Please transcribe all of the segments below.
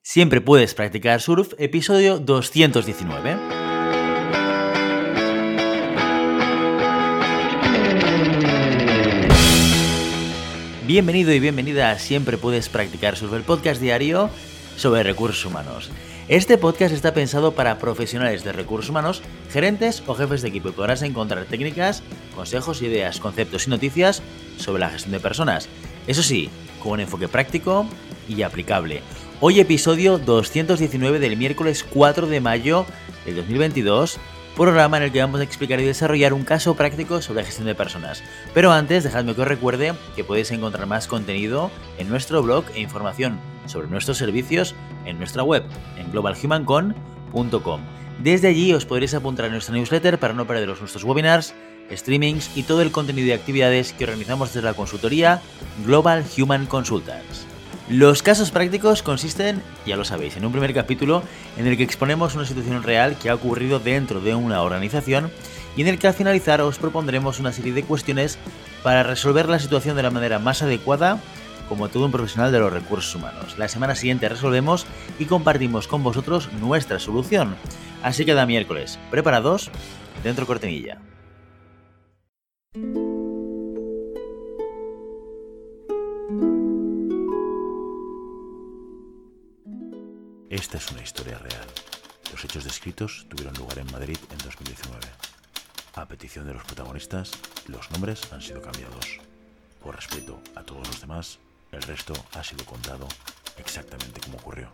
Siempre puedes practicar surf, episodio 219. Bienvenido y bienvenida a Siempre puedes practicar surf, el podcast diario sobre recursos humanos. Este podcast está pensado para profesionales de recursos humanos, gerentes o jefes de equipo y podrás encontrar técnicas, consejos, ideas, conceptos y noticias sobre la gestión de personas. Eso sí, con un enfoque práctico y aplicable. Hoy episodio 219 del miércoles 4 de mayo del 2022, programa en el que vamos a explicar y desarrollar un caso práctico sobre gestión de personas. Pero antes, dejadme que os recuerde que podéis encontrar más contenido en nuestro blog e información sobre nuestros servicios en nuestra web, en globalhumancon.com. Desde allí os podréis apuntar a nuestra newsletter para no perderos nuestros webinars, streamings y todo el contenido y actividades que organizamos desde la consultoría Global Human Consultants. Los casos prácticos consisten, ya lo sabéis, en un primer capítulo en el que exponemos una situación real que ha ocurrido dentro de una organización y en el que al finalizar os propondremos una serie de cuestiones para resolver la situación de la manera más adecuada como todo un profesional de los recursos humanos. La semana siguiente resolvemos y compartimos con vosotros nuestra solución. Así que cada miércoles, ¿preparados? Dentro cortinilla. Esta es una historia real. Los hechos descritos tuvieron lugar en Madrid en 2019. A petición de los protagonistas, los nombres han sido cambiados. Por respeto a todos los demás, el resto ha sido contado exactamente como ocurrió.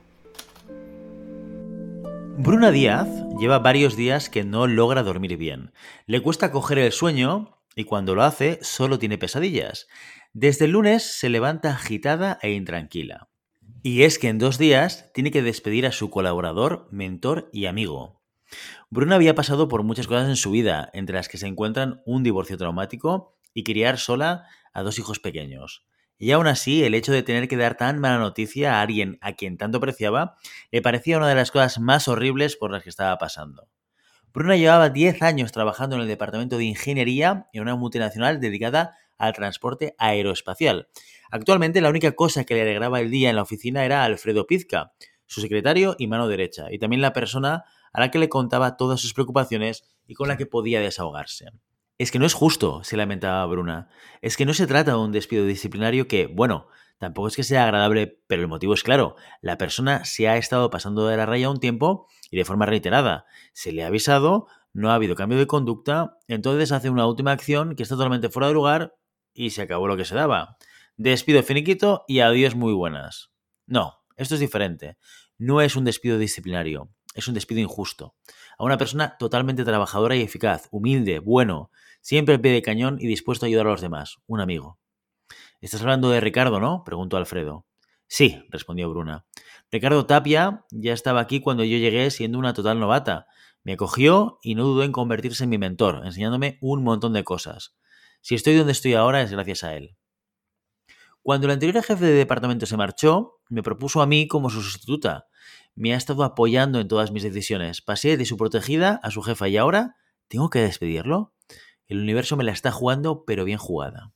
Bruna Díaz lleva varios días que no logra dormir bien. Le cuesta coger el sueño y cuando lo hace solo tiene pesadillas. Desde el lunes se levanta agitada e intranquila. Y es que en 2 días tiene que despedir a su colaborador, mentor y amigo. Bruna había pasado por muchas cosas en su vida, entre las que se encuentran un divorcio traumático y criar sola a 2 hijos pequeños. Y aún así, el hecho de tener que dar tan mala noticia a alguien a quien tanto apreciaba, le parecía una de las cosas más horribles por las que estaba pasando. Bruna llevaba 10 años trabajando en el departamento de ingeniería en una multinacional dedicada al transporte aeroespacial. Actualmente la única cosa que le alegraba el día en la oficina era Alfredo Pizca, su secretario y mano derecha, y también la persona a la que le contaba todas sus preocupaciones y con la que podía desahogarse. Es que no es justo, se lamentaba Bruna. Es que no se trata de un despido disciplinario que, bueno, tampoco es que sea agradable, pero el motivo es claro. La persona se ha estado pasando de la raya un tiempo y de forma reiterada. Se le ha avisado, no ha habido cambio de conducta, entonces hace una última acción que está totalmente fuera de lugar y se acabó lo que se daba. Despido finiquito y adiós muy buenas. No, esto es diferente. No es un despido disciplinario, es un despido injusto. A una persona totalmente trabajadora y eficaz, humilde, bueno, siempre al pie de cañón y dispuesto a ayudar a los demás, un amigo. ¿Estás hablando de Ricardo, no?, preguntó Alfredo. Sí, respondió Bruna. Ricardo Tapia ya estaba aquí cuando yo llegué siendo una total novata. Me acogió y no dudó en convertirse en mi mentor, enseñándome un montón de cosas. Si estoy donde estoy ahora es gracias a él. Cuando el anterior jefe de departamento se marchó, me propuso a mí como su sustituta. Me ha estado apoyando en todas mis decisiones. Pasé de su protegida a su jefa y ahora ¿tengo que despedirlo? El universo me la está jugando, pero bien jugada.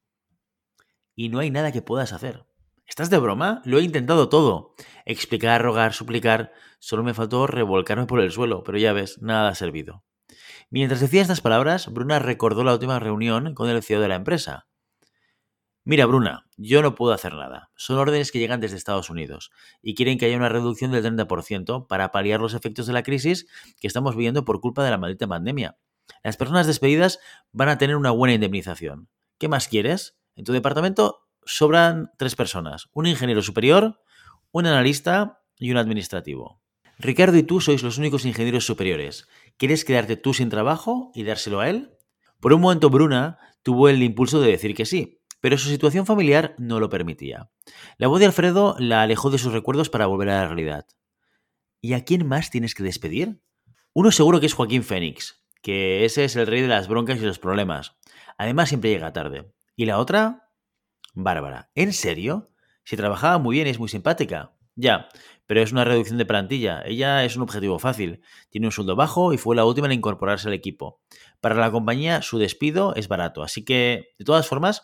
Y no hay nada que puedas hacer. ¿Estás de broma? Lo he intentado todo. Explicar, rogar, suplicar. Solo me faltó revolcarme por el suelo, pero ya ves, nada ha servido. Mientras decía estas palabras, Bruna recordó la última reunión con el CEO de la empresa. Mira, Bruna, yo no puedo hacer nada. Son órdenes que llegan desde Estados Unidos y quieren que haya una reducción del 30% para paliar los efectos de la crisis que estamos viviendo por culpa de la maldita pandemia. Las personas despedidas van a tener una buena indemnización. ¿Qué más quieres? En tu departamento sobran 3 personas, un ingeniero superior, un analista y un administrativo. Ricardo y tú sois los únicos ingenieros superiores. ¿Quieres quedarte tú sin trabajo y dárselo a él? Por un momento Bruna tuvo el impulso de decir que sí, pero su situación familiar no lo permitía. La voz de Alfredo la alejó de sus recuerdos para volver a la realidad. ¿Y a quién más tienes que despedir? Uno seguro que es Joaquín Fénix, que ese es el rey de las broncas y los problemas. Además siempre llega tarde. ¿Y la otra? Bárbara. ¿En serio? Si trabajaba muy bien y es muy simpática. Ya, pero es una reducción de plantilla. Ella es un objetivo fácil. Tiene un sueldo bajo y fue la última en incorporarse al equipo. Para la compañía su despido es barato, así que, de todas formas,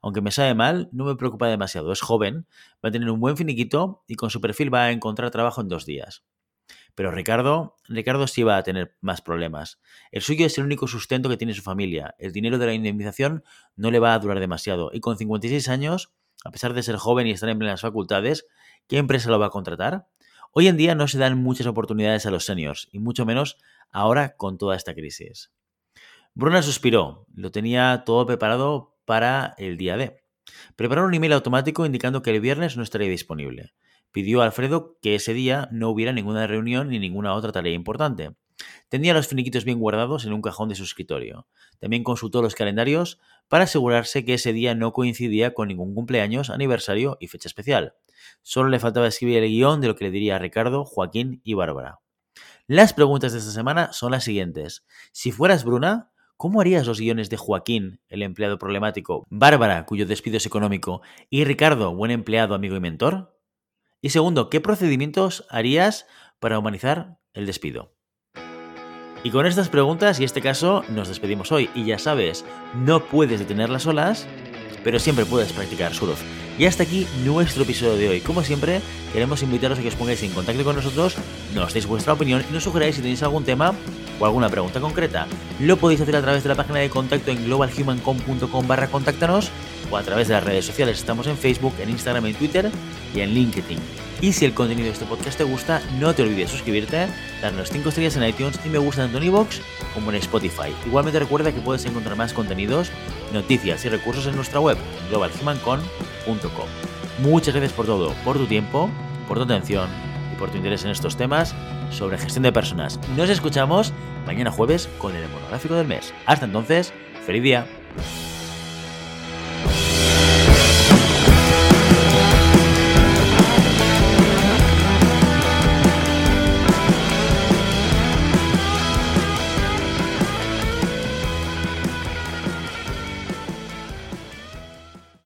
Aunque me sabe mal, no me preocupa demasiado. Es joven, va a tener un buen finiquito y con su perfil va a encontrar trabajo en 2 días. Pero Ricardo sí va a tener más problemas. El suyo es el único sustento que tiene su familia. El dinero de la indemnización no le va a durar demasiado. Y con 56 años, a pesar de ser joven y estar en plenas facultades, ¿qué empresa lo va a contratar? Hoy en día no se dan muchas oportunidades a los seniors, y mucho menos ahora con toda esta crisis. Bruna suspiró. Lo tenía todo preparado para el día D. Preparó un email automático indicando que el viernes no estaría disponible. Pidió a Alfredo que ese día no hubiera ninguna reunión ni ninguna otra tarea importante. Tenía los finiquitos bien guardados en un cajón de su escritorio. También consultó los calendarios para asegurarse que ese día no coincidía con ningún cumpleaños, aniversario y fecha especial. Solo le faltaba escribir el guión de lo que le diría a Ricardo, Joaquín y Bárbara. Las preguntas de esta semana son las siguientes. Si fueras Bruna, ¿cómo harías los guiones de Joaquín, el empleado problemático, Bárbara, cuyo despido es económico, y Ricardo, buen empleado, amigo y mentor? Y segundo, ¿qué procedimientos harías para humanizar el despido? Y con estas preguntas y este caso nos despedimos hoy. Y ya sabes, no puedes detener las olas, pero siempre puedes practicar surf. Y hasta aquí nuestro episodio de hoy. Como siempre, queremos invitaros a que os pongáis en contacto con nosotros, nos deis vuestra opinión y nos sugeráis si tenéis algún tema o alguna pregunta concreta. Lo podéis hacer a través de la página de contacto en globalhumancom.com/contáctanos o a través de las redes sociales. Estamos en Facebook, en Instagram, en Twitter y en LinkedIn. Y si el contenido de este podcast te gusta, no te olvides suscribirte, darnos 5 estrellas en iTunes y me gusta tanto en iVoox como en Spotify. Igualmente recuerda que puedes encontrar más contenidos, noticias y recursos en nuestra web, globalhumancom.com. Muchas gracias por todo, por tu tiempo, por tu atención y por tu interés en estos temas sobre gestión de personas. Nos escuchamos mañana jueves con el monográfico del mes. Hasta entonces, ¡feliz día!